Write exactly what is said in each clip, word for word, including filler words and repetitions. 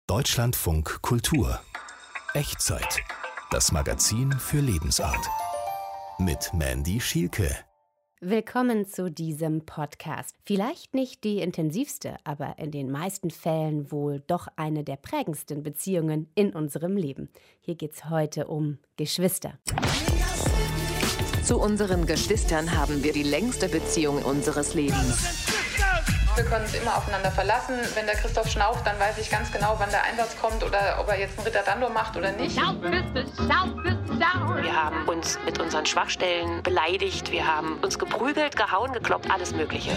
Deutschlandfunk Kultur. Echtzeit. Das Magazin für Lebensart. Mit Mandy Schielke. Willkommen zu diesem Podcast. Vielleicht nicht die intensivste, aber in den meisten Fällen wohl doch eine der prägendsten Beziehungen in unserem Leben. Hier geht's heute um Geschwister. Zu unseren Geschwistern haben wir die längste Beziehung unseres Lebens. Wir können uns immer aufeinander verlassen. Wenn der Christoph schnauft, dann weiß ich ganz genau, wann der Einsatz kommt oder ob er jetzt einen Ritterdando macht oder nicht. Wir haben uns mit unseren Schwachstellen beleidigt, wir haben uns geprügelt, gehauen, gekloppt, alles Mögliche.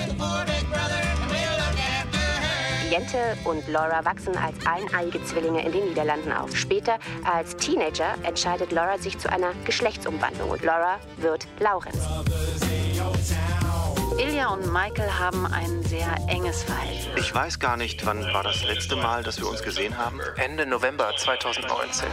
Jente und Laura wachsen als eineiige Zwillinge in den Niederlanden auf. Später, als Teenager, entscheidet Laura sich zu einer Geschlechtsumwandlung und Laura wird Laurenz. Ilja und Michael haben ein sehr enges Verhältnis. Ich weiß gar nicht, wann war das letzte Mal, dass wir uns gesehen haben? Ende November zweitausendneunzehn.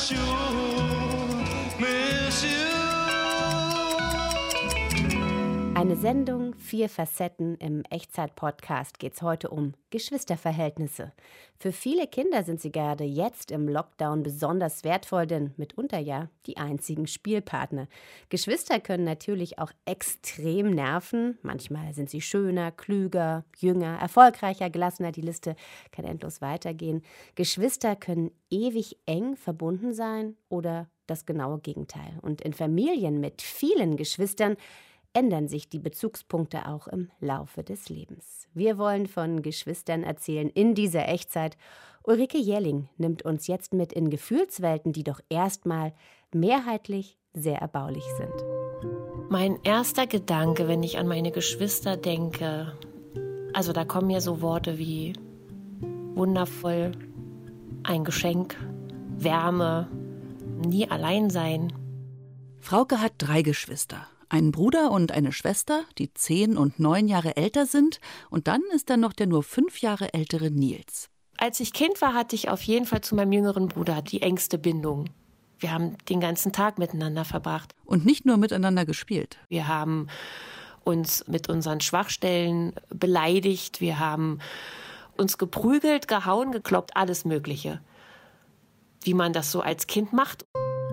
Eine Sendung, vier Facetten. Im Echtzeit-Podcast geht es heute um Geschwisterverhältnisse. Für viele Kinder sind sie gerade jetzt im Lockdown besonders wertvoll, denn mitunter ja die einzigen Spielpartner. Geschwister können natürlich auch extrem nerven. Manchmal sind sie schöner, klüger, jünger, erfolgreicher, gelassener. Die Liste kann endlos weitergehen. Geschwister können ewig eng verbunden sein oder das genaue Gegenteil. Und in Familien mit vielen Geschwistern ändern sich die Bezugspunkte auch im Laufe des Lebens. Wir wollen von Geschwistern erzählen in dieser Echtzeit. Ulrike Jährling nimmt uns jetzt mit in Gefühlswelten, die doch erstmal mehrheitlich sehr erbaulich sind. Mein erster Gedanke, wenn ich an meine Geschwister denke, also da kommen mir so Worte wie wundervoll, ein Geschenk, Wärme, nie allein sein. Frauke hat drei Geschwister. Einen Bruder und eine Schwester, die zehn und neun Jahre älter sind. Und dann ist da noch der nur fünf Jahre ältere Nils. Als ich Kind war, hatte ich auf jeden Fall zu meinem jüngeren Bruder die engste Bindung. Wir haben den ganzen Tag miteinander verbracht. Und nicht nur miteinander gespielt. Wir haben uns mit unseren Schwachstellen beleidigt. Wir haben uns geprügelt, gehauen, gekloppt, alles Mögliche. Wie man das so als Kind macht.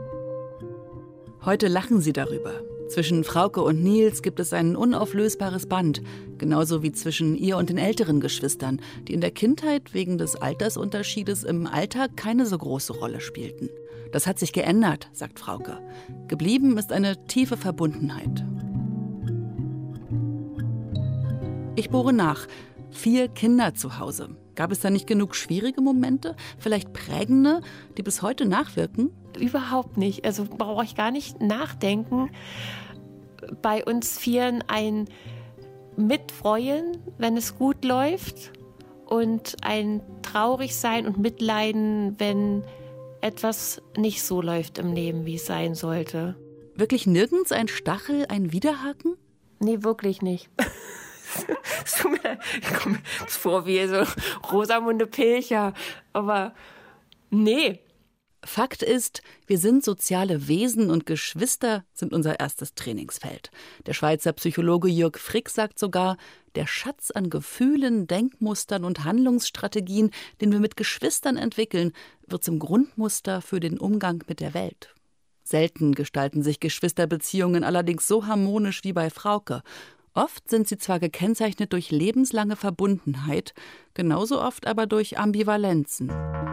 Heute lachen sie darüber. Zwischen Frauke und Nils gibt es ein unauflösbares Band, genauso wie zwischen ihr und den älteren Geschwistern, die in der Kindheit wegen des Altersunterschiedes im Alltag keine so große Rolle spielten. Das hat sich geändert, sagt Frauke. Geblieben ist eine tiefe Verbundenheit. Ich bohre nach. Vier Kinder zu Hause. Gab es da nicht genug schwierige Momente, vielleicht prägende, die bis heute nachwirken? Überhaupt nicht. Also brauche ich gar nicht nachdenken. Bei uns Vieren ein Mitfreuen, wenn es gut läuft, und ein Traurigsein und Mitleiden, wenn etwas nicht so läuft im Leben, wie es sein sollte. Wirklich nirgends ein Stachel, ein Widerhaken? Nee, wirklich nicht. Es tut mir, ich komme mir jetzt vor wie so Rosamunde Pilcher, aber nee. Fakt ist, wir sind soziale Wesen und Geschwister sind unser erstes Trainingsfeld. Der Schweizer Psychologe Jürg Frick sagt sogar, der Schatz an Gefühlen, Denkmustern und Handlungsstrategien, den wir mit Geschwistern entwickeln, wird zum Grundmuster für den Umgang mit der Welt. Selten gestalten sich Geschwisterbeziehungen allerdings so harmonisch wie bei Frauke. Oft sind sie zwar gekennzeichnet durch lebenslange Verbundenheit, genauso oft aber durch Ambivalenzen.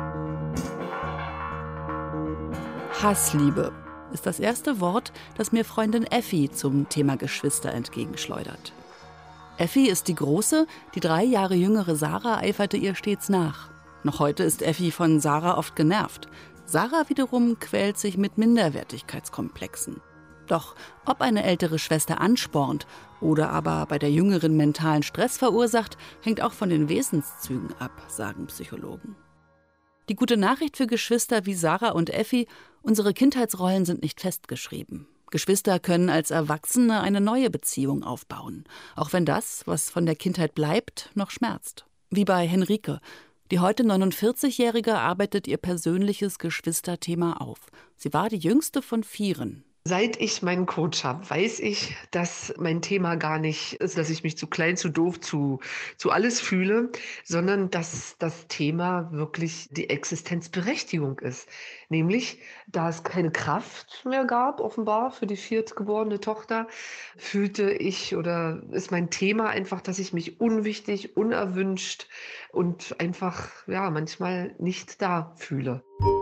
Hassliebe ist das erste Wort, das mir Freundin Effi zum Thema Geschwister entgegenschleudert. Effi ist die Große, die drei Jahre jüngere Sarah eiferte ihr stets nach. Noch heute ist Effi von Sarah oft genervt. Sarah wiederum quält sich mit Minderwertigkeitskomplexen. Doch ob eine ältere Schwester anspornt oder aber bei der jüngeren mentalen Stress verursacht, hängt auch von den Wesenszügen ab, sagen Psychologen. Die gute Nachricht für Geschwister wie Sarah und Effi: unsere Kindheitsrollen sind nicht festgeschrieben. Geschwister können als Erwachsene eine neue Beziehung aufbauen, auch wenn das, was von der Kindheit bleibt, noch schmerzt. Wie bei Henrike. Die heute neunundvierzigjährige arbeitet ihr persönliches Geschwisterthema auf. Sie war die jüngste von vieren. Seit ich meinen Coach habe, weiß ich, dass mein Thema gar nicht ist, dass ich mich zu klein, zu doof, zu, zu alles fühle, sondern dass das Thema wirklich die Existenzberechtigung ist. Nämlich, da es keine Kraft mehr gab, offenbar für die viertgeborene Tochter, fühlte ich oder ist mein Thema einfach, dass ich mich unwichtig, unerwünscht und einfach, ja, manchmal nicht da fühle.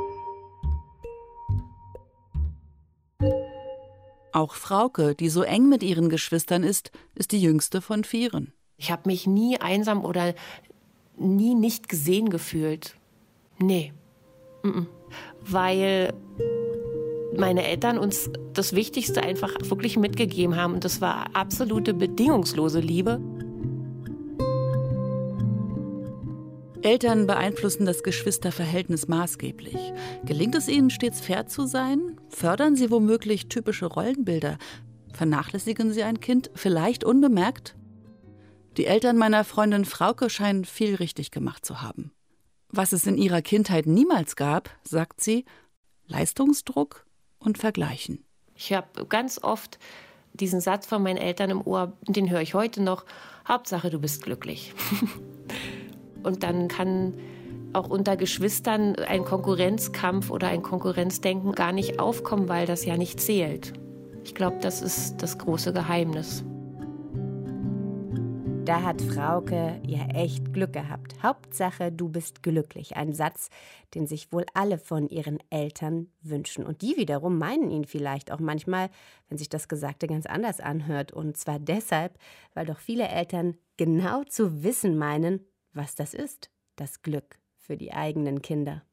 Auch Frauke, die so eng mit ihren Geschwistern ist, ist die jüngste von vieren. Ich habe mich nie einsam oder nie nicht gesehen gefühlt. Nee. Mm-mm. Weil meine Eltern uns das Wichtigste einfach wirklich mitgegeben haben. Und das war absolute bedingungslose Liebe. Eltern beeinflussen das Geschwisterverhältnis maßgeblich. Gelingt es ihnen, stets fair zu sein? Fördern sie womöglich typische Rollenbilder? Vernachlässigen sie ein Kind, vielleicht unbemerkt? Die Eltern meiner Freundin Frauke scheinen viel richtig gemacht zu haben. Was es in ihrer Kindheit niemals gab, sagt sie, Leistungsdruck und Vergleichen. Ich habe ganz oft diesen Satz von meinen Eltern im Ohr, den höre ich heute noch, Hauptsache du bist glücklich. Und dann kann auch unter Geschwistern ein Konkurrenzkampf oder ein Konkurrenzdenken gar nicht aufkommen, weil das ja nicht zählt. Ich glaube, das ist das große Geheimnis. Da hat Frauke ja echt Glück gehabt. Hauptsache, du bist glücklich. Ein Satz, den sich wohl alle von ihren Eltern wünschen. Und die wiederum meinen ihn vielleicht auch manchmal, wenn sich das Gesagte ganz anders anhört. Und zwar deshalb, weil doch viele Eltern genau zu wissen meinen, was das ist, das Glück für die eigenen Kinder.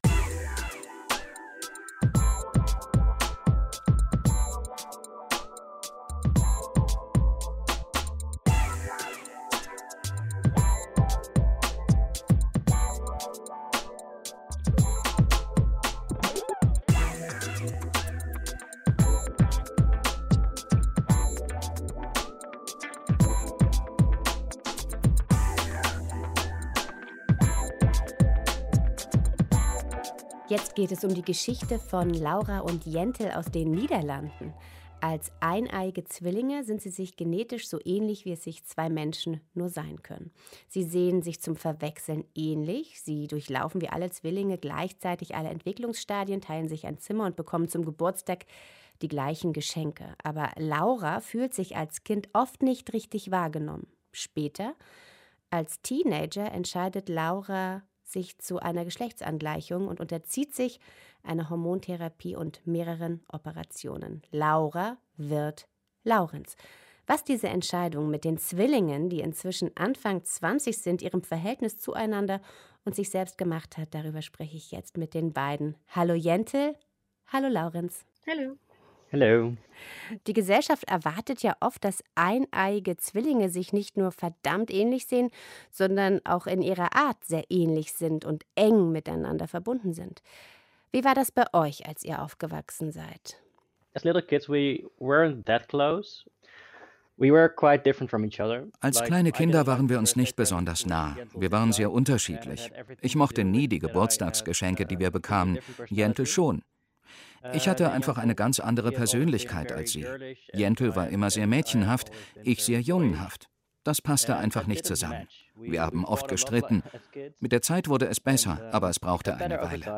Jetzt geht es um die Geschichte von Laura und Jentel aus den Niederlanden. Als eineige Zwillinge sind sie sich genetisch so ähnlich, wie es sich zwei Menschen nur sein können. Sie sehen sich zum Verwechseln ähnlich. Sie durchlaufen wie alle Zwillinge gleichzeitig alle Entwicklungsstadien, teilen sich ein Zimmer und bekommen zum Geburtstag die gleichen Geschenke. Aber Laura fühlt sich als Kind oft nicht richtig wahrgenommen. Später, als Teenager, entscheidet Laura sich zu einer Geschlechtsangleichung und unterzieht sich einer Hormontherapie und mehreren Operationen. Laura wird Laurenz. Was diese Entscheidung mit den Zwillingen, die inzwischen Anfang zwanzig sind, ihrem Verhältnis zueinander und sich selbst gemacht hat, darüber spreche ich jetzt mit den beiden. Hallo Jentel, hallo Laurenz. Hallo. Hallo. Die Gesellschaft erwartet ja oft, dass eineige Zwillinge sich nicht nur verdammt ähnlich sehen, sondern auch in ihrer Art sehr ähnlich sind und eng miteinander verbunden sind. Wie war das bei euch, als ihr aufgewachsen seid? As little kids we weren't that close. We were quite different from each other. Als kleine Kinder waren wir uns nicht besonders nah. Wir waren sehr unterschiedlich. Ich mochte nie die Geburtstagsgeschenke, die wir bekamen. Jentel schon. Ich hatte einfach eine ganz andere Persönlichkeit als sie. Jentel war immer sehr mädchenhaft, ich sehr jungenhaft. Das passte einfach nicht zusammen. Wir haben oft gestritten. Mit der Zeit wurde es besser, aber es brauchte eine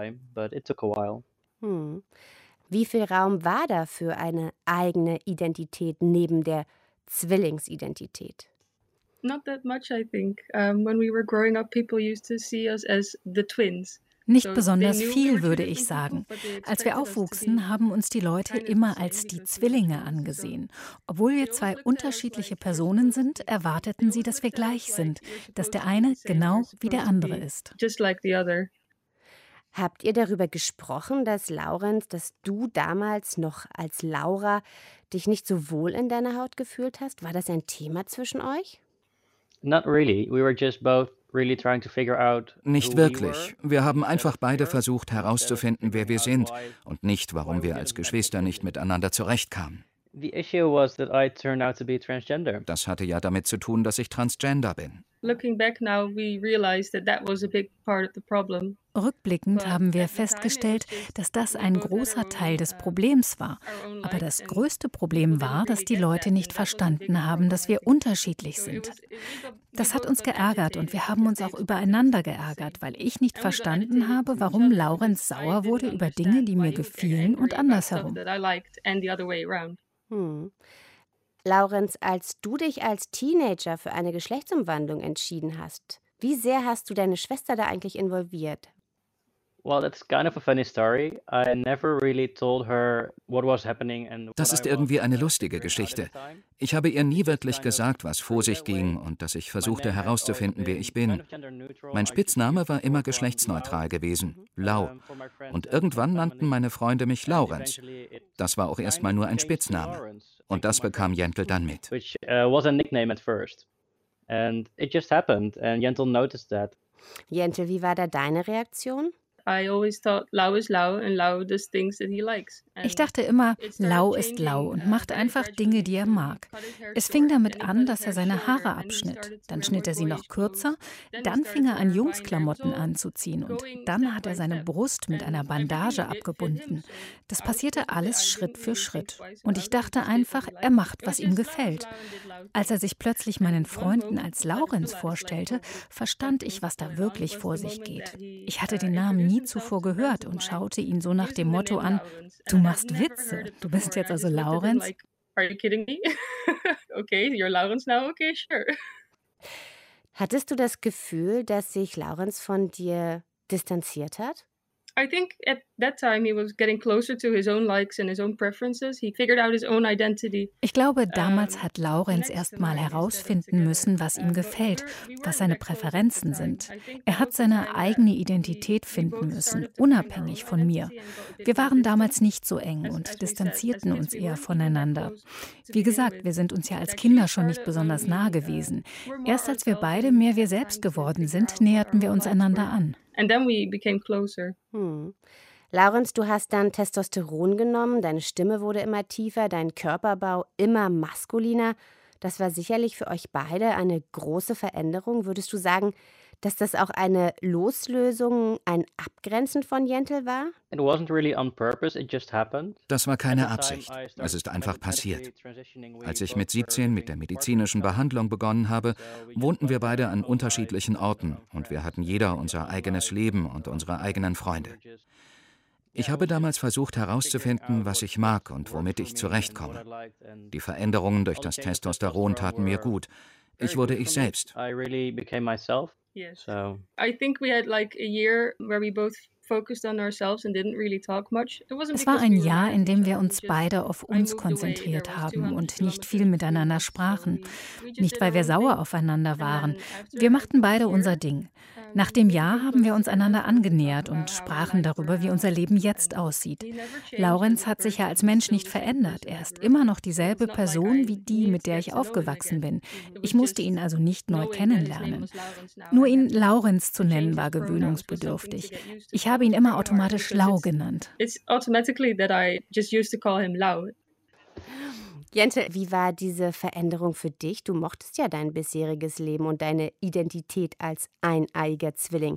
Weile. Hm. Wie viel Raum war da für eine eigene Identität neben der Zwillingsidentität? Not that much, I think. Um, when we were growing up, people used to see us as the twins. Nicht besonders viel, würde ich sagen. Als wir aufwuchsen, haben uns die Leute immer als die Zwillinge angesehen. Obwohl wir zwei unterschiedliche Personen sind, erwarteten sie, dass wir gleich sind, dass der eine genau wie der andere ist. Habt ihr darüber gesprochen, dass Laurenz, dass du damals noch als Laura dich nicht so wohl in deiner Haut gefühlt hast? War das ein Thema zwischen euch? Not really. We were just both really trying to figure out. Nicht wirklich. Wir haben einfach beide versucht herauszufinden, wer wir sind und nicht, warum wir als Geschwister nicht miteinander zurechtkamen. The issue was that I turned out to be transgender. Das hatte ja damit zu tun, dass ich transgender bin. Rückblickend haben wir festgestellt, dass das ein großer Teil des Problems war. Aber das größte Problem war, dass die Leute nicht verstanden haben, dass wir unterschiedlich sind. Das hat uns geärgert und wir haben uns auch übereinander geärgert, weil ich nicht verstanden habe, warum Laurenz sauer wurde über Dinge, die mir gefielen und andersherum. Hm. Laurenz, als du dich als Teenager für eine Geschlechtsumwandlung entschieden hast, wie sehr hast du deine Schwester da eigentlich involviert? Well, that's kind of a funny story. I never really told her what was happening and Das ist irgendwie eine lustige Geschichte. Ich habe ihr nie wirklich gesagt, was vor sich ging und dass ich versuchte herauszufinden, wer ich bin. Mein Spitzname war immer geschlechtsneutral gewesen, Lau. Und irgendwann nannten meine Freunde mich Laurenz. Das war auch erstmal nur ein Spitzname. Und das bekam Jentel dann mit. Which uh, was a nickname at first. And it just happened and Jentel noticed that. Jentel, wie war da deine Reaktion? Ich dachte immer, Lau ist Lau und macht einfach Dinge, die er mag. Es fing damit an, dass er seine Haare abschnitt. Dann schnitt er sie noch kürzer. Dann fing er an, Jungsklamotten anzuziehen. Und dann hat er seine Brust mit einer Bandage abgebunden. Das passierte alles Schritt für Schritt. Und ich dachte einfach, er macht, was ihm gefällt. Als er sich plötzlich meinen Freunden als Laurenz vorstellte, verstand ich, was da wirklich vor sich geht. Ich hatte den Namen nie zuvor gehört und schaute ihn so nach dem Motto an, du machst Witze, du bist jetzt also Laurenz? Hattest du das Gefühl, dass sich Laurenz von dir distanziert hat? I think at that time he was getting closer to his own likes and his own preferences. He figured out his own identity. Ich glaube, damals hat Laurenz erst mal herausfinden müssen, was ihm gefällt, was seine Präferenzen sind. Er hat seine eigene Identität finden müssen, unabhängig von mir. Wir waren damals nicht so eng und distanzierten uns eher voneinander. Wie gesagt, wir sind uns ja als Kinder schon nicht besonders nah gewesen. Erst als wir beide mehr wir selbst geworden sind, näherten wir uns einander an. And then we became closer. Hm. Laurenz, du hast dann Testosteron genommen, deine Stimme wurde immer tiefer, dein Körperbau immer maskuliner. Das war sicherlich für euch beide eine große Veränderung. Würdest du sagen, dass das auch eine Loslösung, ein Abgrenzen von Jentel war? It wasn't really on purpose, it just happened. Das war keine Absicht. Es ist einfach passiert. Als ich mit siebzehn mit der medizinischen Behandlung begonnen habe, wohnten wir beide an unterschiedlichen Orten und wir hatten jeder unser eigenes Leben und unsere eigenen Freunde. Ich habe damals versucht herauszufinden, was ich mag und womit ich zurechtkomme. Die Veränderungen durch das Testosteron taten mir gut. Ich wurde ich selbst. Yes. So. I think we had like a year where we both focused on ourselves and didn't really talk much. Es war ein Jahr, in dem wir uns beide auf uns konzentriert haben und nicht viel miteinander sprachen. Nicht, weil wir sauer aufeinander waren. Wir machten beide unser Ding. Nach dem Jahr haben wir uns einander angenähert und sprachen darüber, wie unser Leben jetzt aussieht. Laurenz hat sich ja als Mensch nicht verändert. Er ist immer noch dieselbe Person wie die, mit der ich aufgewachsen bin. Ich musste ihn also nicht neu kennenlernen. Nur ihn Laurenz zu nennen, war gewöhnungsbedürftig. Ich habe ihn immer automatisch Lau genannt. Jentel, wie war diese Veränderung für dich? Du mochtest ja dein bisheriges Leben und deine Identität als eineiiger Zwilling.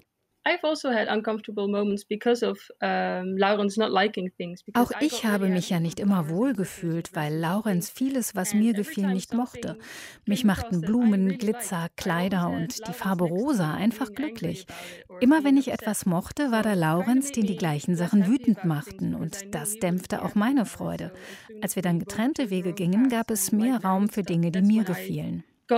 Auch ich habe mich ja nicht immer wohlgefühlt, weil Laurenz vieles, was mir gefiel, nicht mochte. Mich machten Blumen, Glitzer, Kleider und die Farbe Rosa einfach glücklich. Immer wenn ich etwas mochte, war da Laurenz, den die gleichen Sachen wütend machten und das dämpfte auch meine Freude. Als wir dann getrennte Wege gingen, gab es mehr Raum für Dinge, die mir gefielen.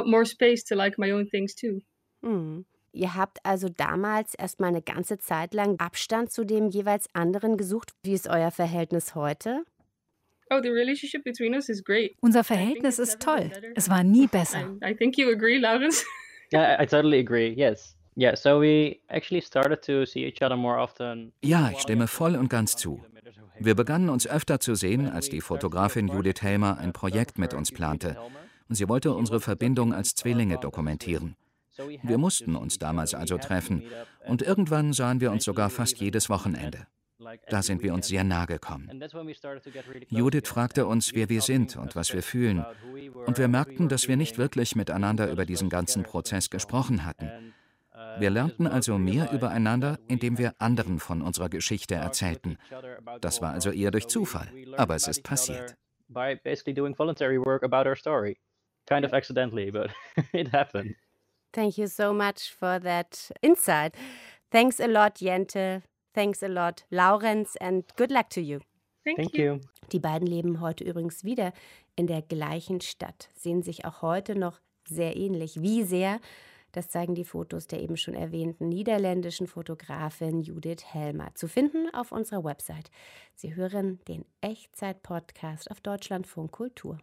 Hm. Ihr habt also damals erstmal eine ganze Zeit lang Abstand zu dem jeweils anderen gesucht. Wie ist euer Verhältnis heute? Oh, the relationship between us is great. Unser Verhältnis ist toll. Es war nie besser. I, I think you agree, Laurenz. Yeah, I totally agree. Yes. Yeah, so we actually started to see each other more often. Ja, ich stimme voll und ganz zu. Wir begannen uns öfter zu sehen, als die Fotografin Judith Helmer ein Projekt mit uns plante. Und sie wollte unsere Verbindung als Zwillinge dokumentieren. Wir mussten uns damals also treffen und irgendwann sahen wir uns sogar fast jedes Wochenende. Da sind wir uns sehr nahe gekommen. Judith fragte uns, wer wir sind und was wir fühlen. Und wir merkten, dass wir nicht wirklich miteinander über diesen ganzen Prozess gesprochen hatten. Wir lernten also mehr übereinander, indem wir anderen von unserer Geschichte erzählten. Das war also eher durch Zufall, aber es ist passiert. By basically doing voluntary work about our story. Kind of accidentally, but it happened. Thank you so much for that insight. Thanks a lot, Jente. Thanks a lot, Laurenz, and good luck to you. Thank, Thank you. Die beiden leben heute übrigens wieder in der gleichen Stadt, sehen sich auch heute noch sehr ähnlich. Wie sehr? Das zeigen die Fotos der eben schon erwähnten niederländischen Fotografin Judith Helmer. Zu finden auf unserer Website. Sie hören den Echtzeit-Podcast auf Deutschlandfunk Kultur.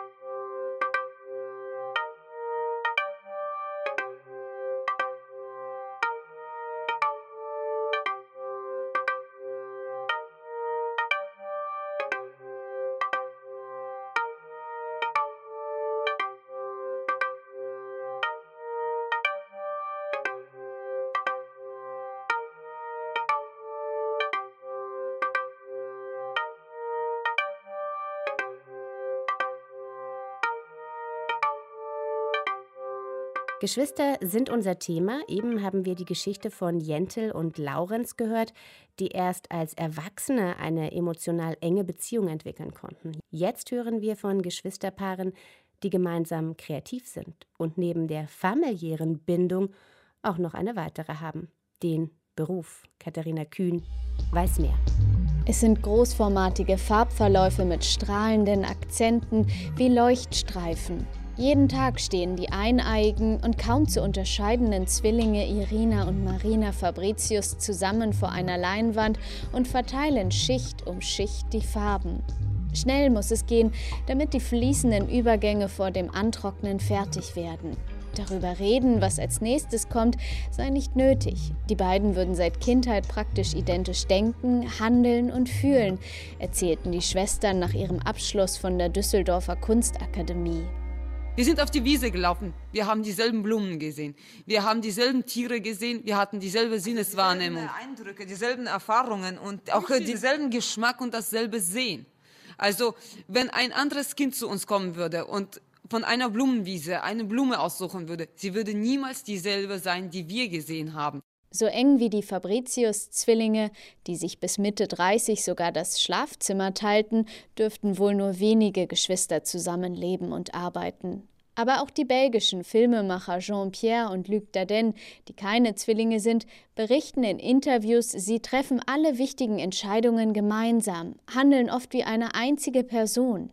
Geschwister sind unser Thema. Eben haben wir die Geschichte von Jentel und Laurenz gehört, die erst als Erwachsene eine emotional enge Beziehung entwickeln konnten. Jetzt hören wir von Geschwisterpaaren, die gemeinsam kreativ sind und neben der familiären Bindung auch noch eine weitere haben, den Beruf. Katharina Kühn weiß mehr. Es sind großformatige Farbverläufe mit strahlenden Akzenten wie Leuchtstreifen. Jeden Tag stehen die eineiigen und kaum zu unterscheidenden Zwillinge Irina und Marina Fabricius zusammen vor einer Leinwand und verteilen Schicht um Schicht die Farben. Schnell muss es gehen, damit die fließenden Übergänge vor dem Antrocknen fertig werden. Darüber reden, was als nächstes kommt, sei nicht nötig. Die beiden würden seit Kindheit praktisch identisch denken, handeln und fühlen, erzählten die Schwestern nach ihrem Abschluss von der Düsseldorfer Kunstakademie. Wir sind auf die Wiese gelaufen, wir haben dieselben Blumen gesehen, wir haben dieselben Tiere gesehen, wir hatten dieselbe Sinneswahrnehmung. Dieselben Eindrücke, dieselben Erfahrungen und auch denselben Geschmack und dasselbe Sehen. Also, wenn ein anderes Kind zu uns kommen würde und von einer Blumenwiese eine Blume aussuchen würde, sie würde niemals dieselbe sein, die wir gesehen haben. So eng wie die Fabricius-Zwillinge, die sich bis Mitte dreißig sogar das Schlafzimmer teilten, dürften wohl nur wenige Geschwister zusammenleben und arbeiten. Aber auch die belgischen Filmemacher Jean-Pierre und Luc Dardenne, die keine Zwillinge sind, berichten in Interviews, sie treffen alle wichtigen Entscheidungen gemeinsam, handeln oft wie eine einzige Person.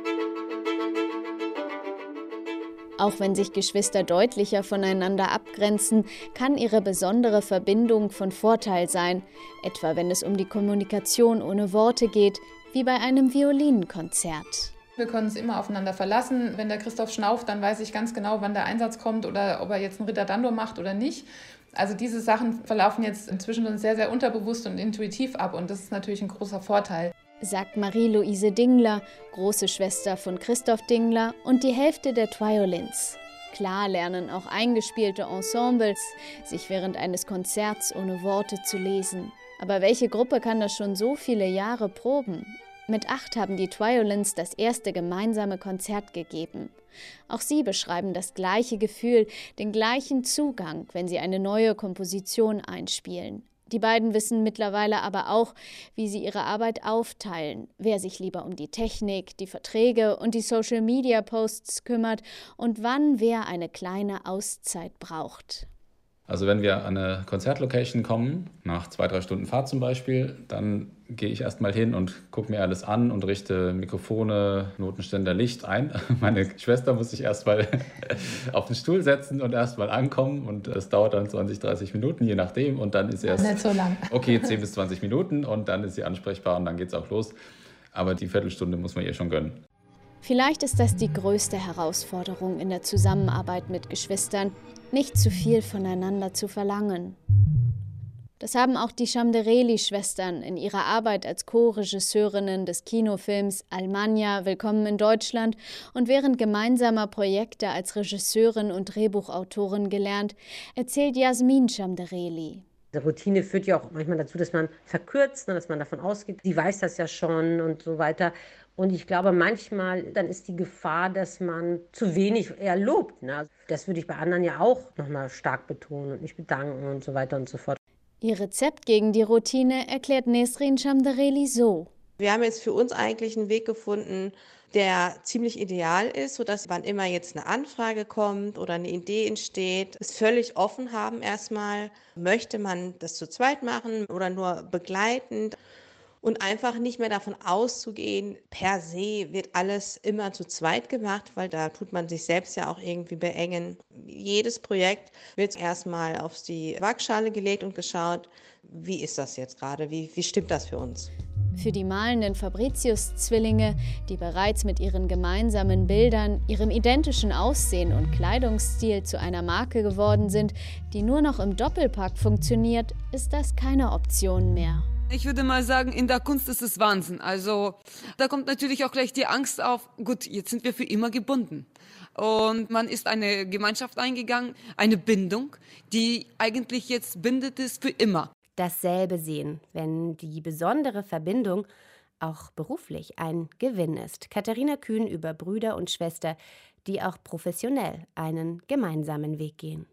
Auch wenn sich Geschwister deutlicher voneinander abgrenzen, kann ihre besondere Verbindung von Vorteil sein, etwa wenn es um die Kommunikation ohne Worte geht, wie bei einem Violinkonzert. Wir können uns immer aufeinander verlassen. Wenn der Christoph schnauft, dann weiß ich ganz genau, wann der Einsatz kommt oder ob er jetzt einen Ritterdando macht oder nicht. Also diese Sachen verlaufen jetzt inzwischen uns sehr, sehr unterbewusst und intuitiv ab und das ist natürlich ein großer Vorteil. Sagt Marie-Louise Dingler, große Schwester von Christoph Dingler und die Hälfte der Twiolins. Klar lernen auch eingespielte Ensembles, sich während eines Konzerts ohne Worte zu lesen. Aber welche Gruppe kann das schon so viele Jahre proben? Mit acht haben die Twiolins das erste gemeinsame Konzert gegeben. Auch sie beschreiben das gleiche Gefühl, den gleichen Zugang, wenn sie eine neue Komposition einspielen. Die beiden wissen mittlerweile aber auch, wie sie ihre Arbeit aufteilen, wer sich lieber um die Technik, die Verträge und die Social-Media-Posts kümmert und wann wer eine kleine Auszeit braucht. Also wenn wir an eine Konzertlocation kommen, nach zwei, drei Stunden Fahrt zum Beispiel, dann gehe ich erstmal hin und gucke mir alles an und richte Mikrofone, Notenständer, Licht ein. Meine Schwester muss sich erstmal auf den Stuhl setzen und erstmal ankommen und das dauert dann zwanzig, dreißig Minuten, je nachdem und dann ist erst nicht so lang. Okay, zehn bis zwanzig Minuten und dann ist sie ansprechbar und dann geht's auch los. Aber die Viertelstunde muss man ihr schon gönnen. Vielleicht ist das die größte Herausforderung in der Zusammenarbeit mit Geschwistern, nicht zu viel voneinander zu verlangen. Das haben auch die Ciamderelli-Schwestern in ihrer Arbeit als Co-Regisseurinnen des Kinofilms Almania, Willkommen in Deutschland und während gemeinsamer Projekte als Regisseurin und Drehbuchautorin gelernt, erzählt Jasmin Ciamderelli. Die Routine führt ja auch manchmal dazu, dass man verkürzt, ne, dass man davon ausgeht, die weiß das ja schon und so weiter. Und ich glaube, manchmal dann ist die Gefahr, dass man zu wenig eher lobt. Ne? Das würde ich bei anderen ja auch nochmal stark betonen und mich bedanken und so weiter und so fort. Ihr Rezept gegen die Routine erklärt Nesrin Chamdereli so. Wir haben jetzt für uns eigentlich einen Weg gefunden, der ziemlich ideal ist, sodass wann immer jetzt eine Anfrage kommt oder eine Idee entsteht, es völlig offen haben erstmal. Möchte man das zu zweit machen oder nur begleitend? Und einfach nicht mehr davon auszugehen, per se wird alles immer zu zweit gemacht, weil da tut man sich selbst ja auch irgendwie beengen. Jedes Projekt wird erstmal auf die Waagschale gelegt und geschaut, wie ist das jetzt gerade, wie, wie stimmt das für uns? Für die malenden Fabricius-Zwillinge, die bereits mit ihren gemeinsamen Bildern, ihrem identischen Aussehen und Kleidungsstil zu einer Marke geworden sind, die nur noch im Doppelpack funktioniert, ist das keine Option mehr. Ich würde mal sagen, in der Kunst ist es Wahnsinn. Also da kommt natürlich auch gleich die Angst auf, gut, jetzt sind wir für immer gebunden. Und man ist eine Gemeinschaft eingegangen, eine Bindung, die eigentlich jetzt bindet ist für immer. Dasselbe sehen, wenn die besondere Verbindung auch beruflich ein Gewinn ist. Katharina Kühn über Brüder und Schwester, die auch professionell einen gemeinsamen Weg gehen.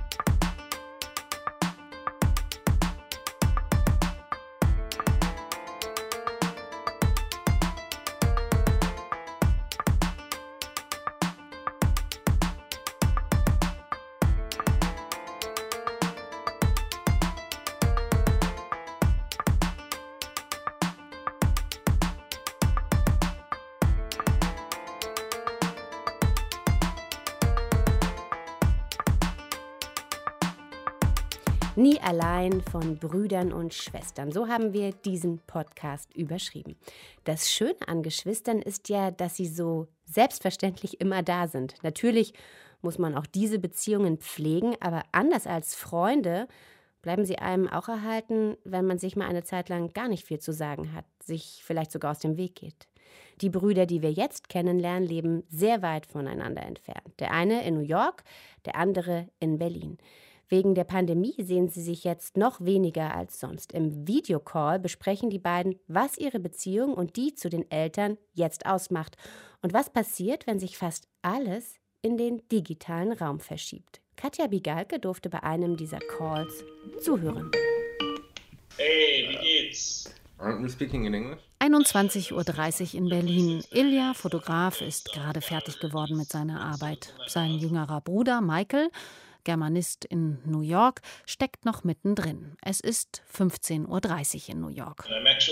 Nie allein von Brüdern und Schwestern. So haben wir diesen Podcast überschrieben. Das Schöne an Geschwistern ist ja, dass sie so selbstverständlich immer da sind. Natürlich muss man auch diese Beziehungen pflegen, aber anders als Freunde bleiben sie einem auch erhalten, wenn man sich mal eine Zeit lang gar nicht viel zu sagen hat, sich vielleicht sogar aus dem Weg geht. Die Brüder, die wir jetzt kennenlernen, leben sehr weit voneinander entfernt. Der eine in New York, der andere in Berlin. Wegen der Pandemie sehen sie sich jetzt noch weniger als sonst. Im Videocall besprechen die beiden, was ihre Beziehung und die zu den Eltern jetzt ausmacht und was passiert, wenn sich fast alles in den digitalen Raum verschiebt. Katja Bigalke durfte bei einem dieser Calls zuhören. Hey, wie geht's? Aren't we speaking in English? einundzwanzig Uhr dreißig in Berlin. Ilja, Fotograf, ist gerade fertig geworden mit seiner Arbeit. Sein jüngerer Bruder Michael, Germanist in New York, steckt noch mittendrin. Es ist fünfzehn Uhr dreißig in New York.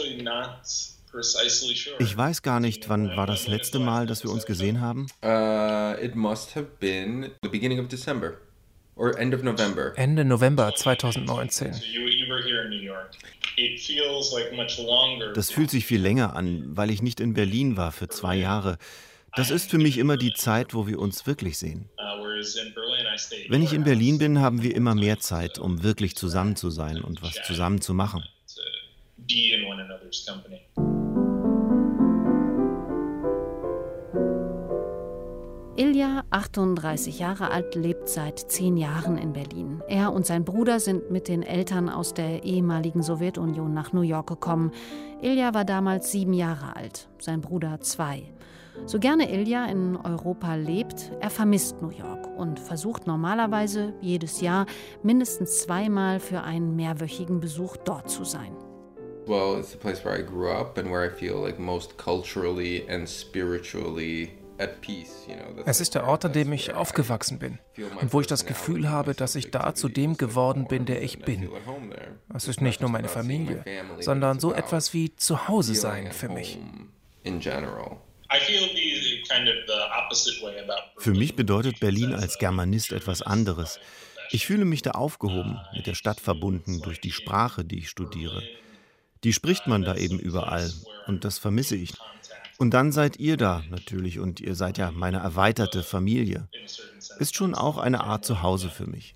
Ich weiß gar nicht, wann war das letzte Mal, dass wir uns gesehen haben? Uh, it must have been the beginning of December or end of November. Ende November zweitausendneunzehn. Das fühlt sich viel länger an, weil ich nicht in Berlin war für zwei Jahre. Das ist für mich immer die Zeit, wo wir uns wirklich sehen. Wenn ich in Berlin bin, haben wir immer mehr Zeit, um wirklich zusammen zu sein und was zusammen zu machen. Ilja, achtunddreißig Jahre alt, lebt seit zehn Jahren in Berlin. Er und sein Bruder sind mit den Eltern aus der ehemaligen Sowjetunion nach New York gekommen. Ilja war damals sieben Jahre alt, sein Bruder zwei. So gerne Ilja in Europa lebt, er vermisst New York und versucht normalerweise jedes Jahr mindestens zweimal für einen mehrwöchigen Besuch dort zu sein. Well, it's the place where I grew up and where I feel like most culturally and spiritually at peace, you know. Es ist der Ort, an dem ich aufgewachsen bin und wo ich das Gefühl habe, dass ich da zu dem geworden bin, der ich bin. Es ist nicht nur meine Familie, sondern so etwas wie Zuhause sein für mich. In general. Für mich bedeutet Berlin als Germanist etwas anderes. Ich fühle mich da aufgehoben, mit der Stadt verbunden durch die Sprache, die ich studiere. Die spricht man da eben überall und das vermisse ich. Und dann seid ihr da natürlich und ihr seid ja meine erweiterte Familie. Ist schon auch eine Art Zuhause für mich.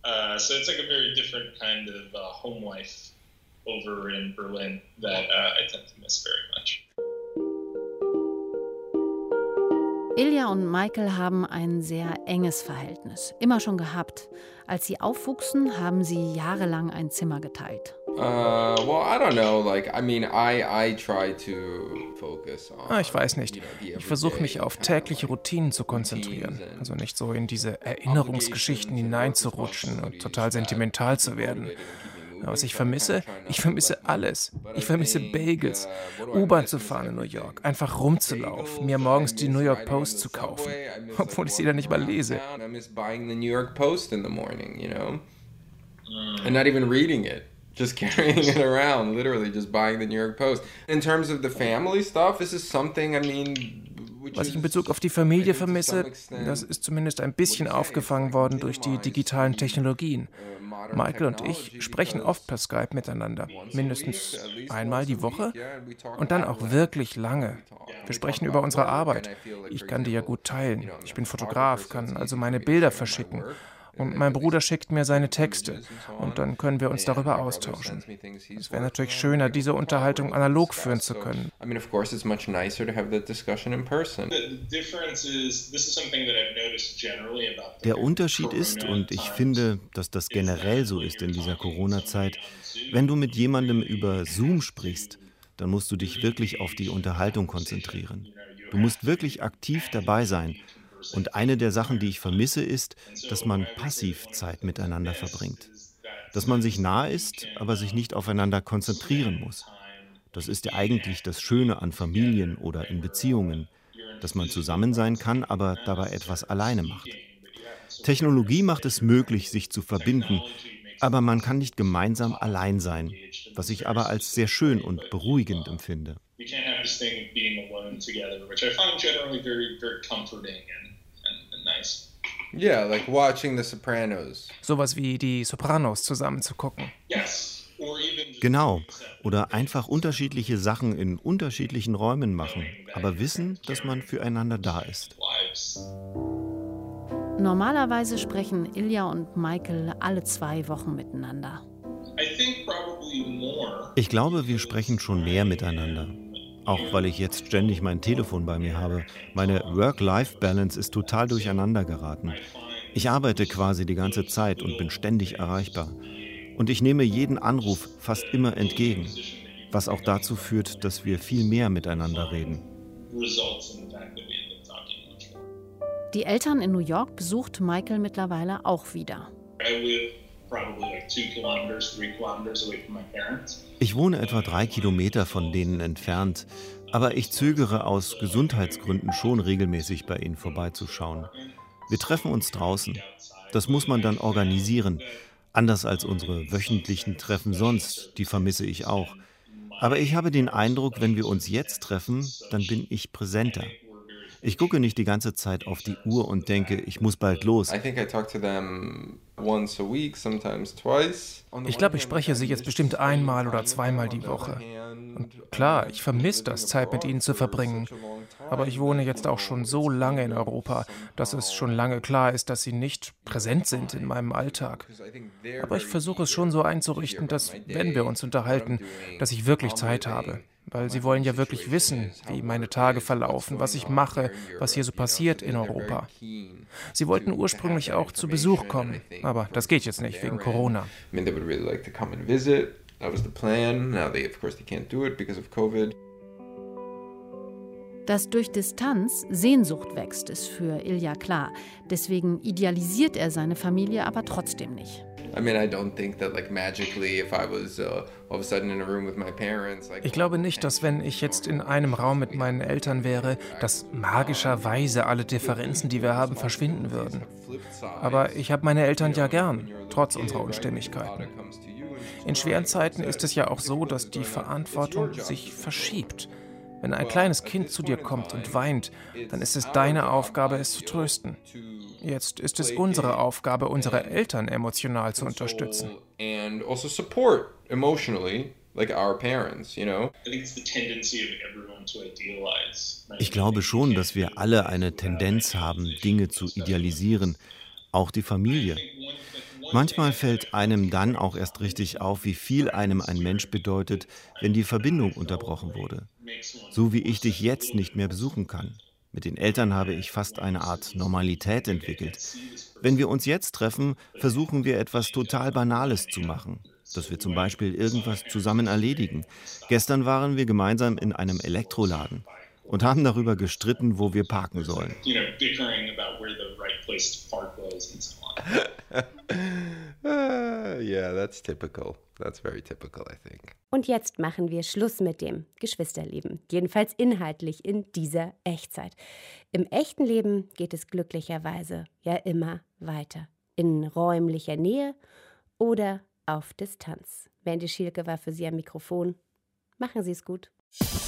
Over in Berlin that uh, I tend to miss very much. Ilja und Michael haben ein sehr enges Verhältnis, immer schon gehabt. Als sie aufwuchsen, haben sie jahrelang ein Zimmer geteilt. Uh, well, I don't know. Like, I mean, I I try to focus on. Ah, ich weiß nicht. Ich versuche mich auf tägliche Routinen zu konzentrieren. Also nicht so in diese Erinnerungsgeschichten hineinzurutschen und total sentimental zu werden. Was ich vermisse? Ich vermisse alles. Ich vermisse Bagels, U-Bahn zu fahren in New York, einfach rumzulaufen, mir morgens die New York Post zu kaufen, obwohl ich sie dann nicht mal lese. I miss buying the New York Post in the morning, you know? And not even reading it. Just carrying it around, literally just buying the New York Post. In terms of the family stuff, this is something, I mean... Was ich in Bezug auf die Familie vermisse, das ist zumindest ein bisschen aufgefangen worden durch die digitalen Technologien. Michael und ich sprechen oft per Skype miteinander, mindestens einmal die Woche und dann auch wirklich lange. Wir sprechen über unsere Arbeit. Ich kann die ja gut teilen. Ich bin Fotograf, kann also meine Bilder verschicken. Und mein Bruder schickt mir seine Texte und dann können wir uns darüber austauschen. Es wäre natürlich schöner, diese Unterhaltung analog führen zu können. Der Unterschied ist, und ich finde, dass das generell so ist in dieser Corona-Zeit, wenn du mit jemandem über Zoom sprichst, dann musst du dich wirklich auf die Unterhaltung konzentrieren. Du musst wirklich aktiv dabei sein. Und eine der Sachen, die ich vermisse, ist, dass man passiv Zeit miteinander verbringt. Dass man sich nah ist, aber sich nicht aufeinander konzentrieren muss. Das ist ja eigentlich das Schöne an Familien oder in Beziehungen, dass man zusammen sein kann, aber dabei etwas alleine macht. Technologie macht es möglich, sich zu verbinden, aber man kann nicht gemeinsam allein sein, was ich aber als sehr schön und beruhigend empfinde. We can't have this thing of being alone together, which I find generally very, very comforting and, and, and nice. Yeah, like watching The Sopranos. Sowas wie die Sopranos zusammen zu gucken. Yes. Or even Genau. Oder einfach unterschiedliche Sachen in unterschiedlichen Räumen machen, aber wissen, dass man füreinander da ist. Normalerweise sprechen Ilja und Michael alle zwei Wochen miteinander. Ich glaube, wir sprechen schon mehr miteinander. Auch weil ich jetzt ständig mein Telefon bei mir habe. Meine Work-Life-Balance ist total durcheinander geraten. Ich arbeite quasi die ganze Zeit und bin ständig erreichbar. Und ich nehme jeden Anruf fast immer entgegen, was auch dazu führt, dass wir viel mehr miteinander reden. Die Eltern in New York besucht Michael mittlerweile auch wieder. Ich wohne etwa drei Kilometer von denen entfernt, aber ich zögere aus Gesundheitsgründen schon regelmäßig bei ihnen vorbeizuschauen. Wir treffen uns draußen. Das muss man dann organisieren. Anders als unsere wöchentlichen Treffen sonst, die vermisse ich auch. Aber ich habe den Eindruck, wenn wir uns jetzt treffen, dann bin ich präsenter. Ich gucke nicht die ganze Zeit auf die Uhr und denke, ich muss bald los. Ich glaube, ich spreche sie jetzt bestimmt einmal oder zweimal die Woche. Und klar, ich vermisse das, Zeit mit ihnen zu verbringen. Aber ich wohne jetzt auch schon so lange in Europa, dass es schon lange klar ist, dass sie nicht präsent sind in meinem Alltag. Aber ich versuche es schon so einzurichten, dass, wenn wir uns unterhalten, dass ich wirklich Zeit habe. Weil sie wollen ja wirklich wissen, wie meine Tage verlaufen, was ich mache, was hier so passiert in Europa. Sie wollten ursprünglich auch zu Besuch kommen, aber das geht jetzt nicht wegen Corona. Dass durch Distanz Sehnsucht wächst, ist für Ilja klar. Deswegen idealisiert er seine Familie aber trotzdem nicht. Ich glaube nicht, dass wenn ich jetzt in einem Raum mit meinen Eltern wäre, dass magischerweise alle Differenzen, die wir haben, verschwinden würden. Aber ich habe meine Eltern ja gern, trotz unserer Unstimmigkeiten. In schweren Zeiten ist es ja auch so, dass die Verantwortung sich verschiebt. Wenn ein kleines Kind zu dir kommt und weint, dann ist es deine Aufgabe, es zu trösten. Jetzt ist es unsere Aufgabe, unsere Eltern emotional zu unterstützen. Ich glaube schon, dass wir alle eine Tendenz haben, Dinge zu idealisieren, auch die Familie. Manchmal fällt einem dann auch erst richtig auf, wie viel einem ein Mensch bedeutet, wenn die Verbindung unterbrochen wurde. So wie ich dich jetzt nicht mehr besuchen kann. Mit den Eltern habe ich fast eine Art Normalität entwickelt. Wenn wir uns jetzt treffen, versuchen wir etwas total Banales zu machen. Dass wir zum Beispiel irgendwas zusammen erledigen. Gestern waren wir gemeinsam in einem Elektroladen und haben darüber gestritten, wo wir parken sollen. uh, yeah, that's typical. That's very typical, I think. Und jetzt machen wir Schluss mit dem Geschwisterleben. Jedenfalls inhaltlich in dieser Echtzeit. Im echten Leben geht es glücklicherweise ja immer weiter. In räumlicher Nähe oder auf Distanz. Mandy Schielke war für Sie am Mikrofon. Machen Sie es gut.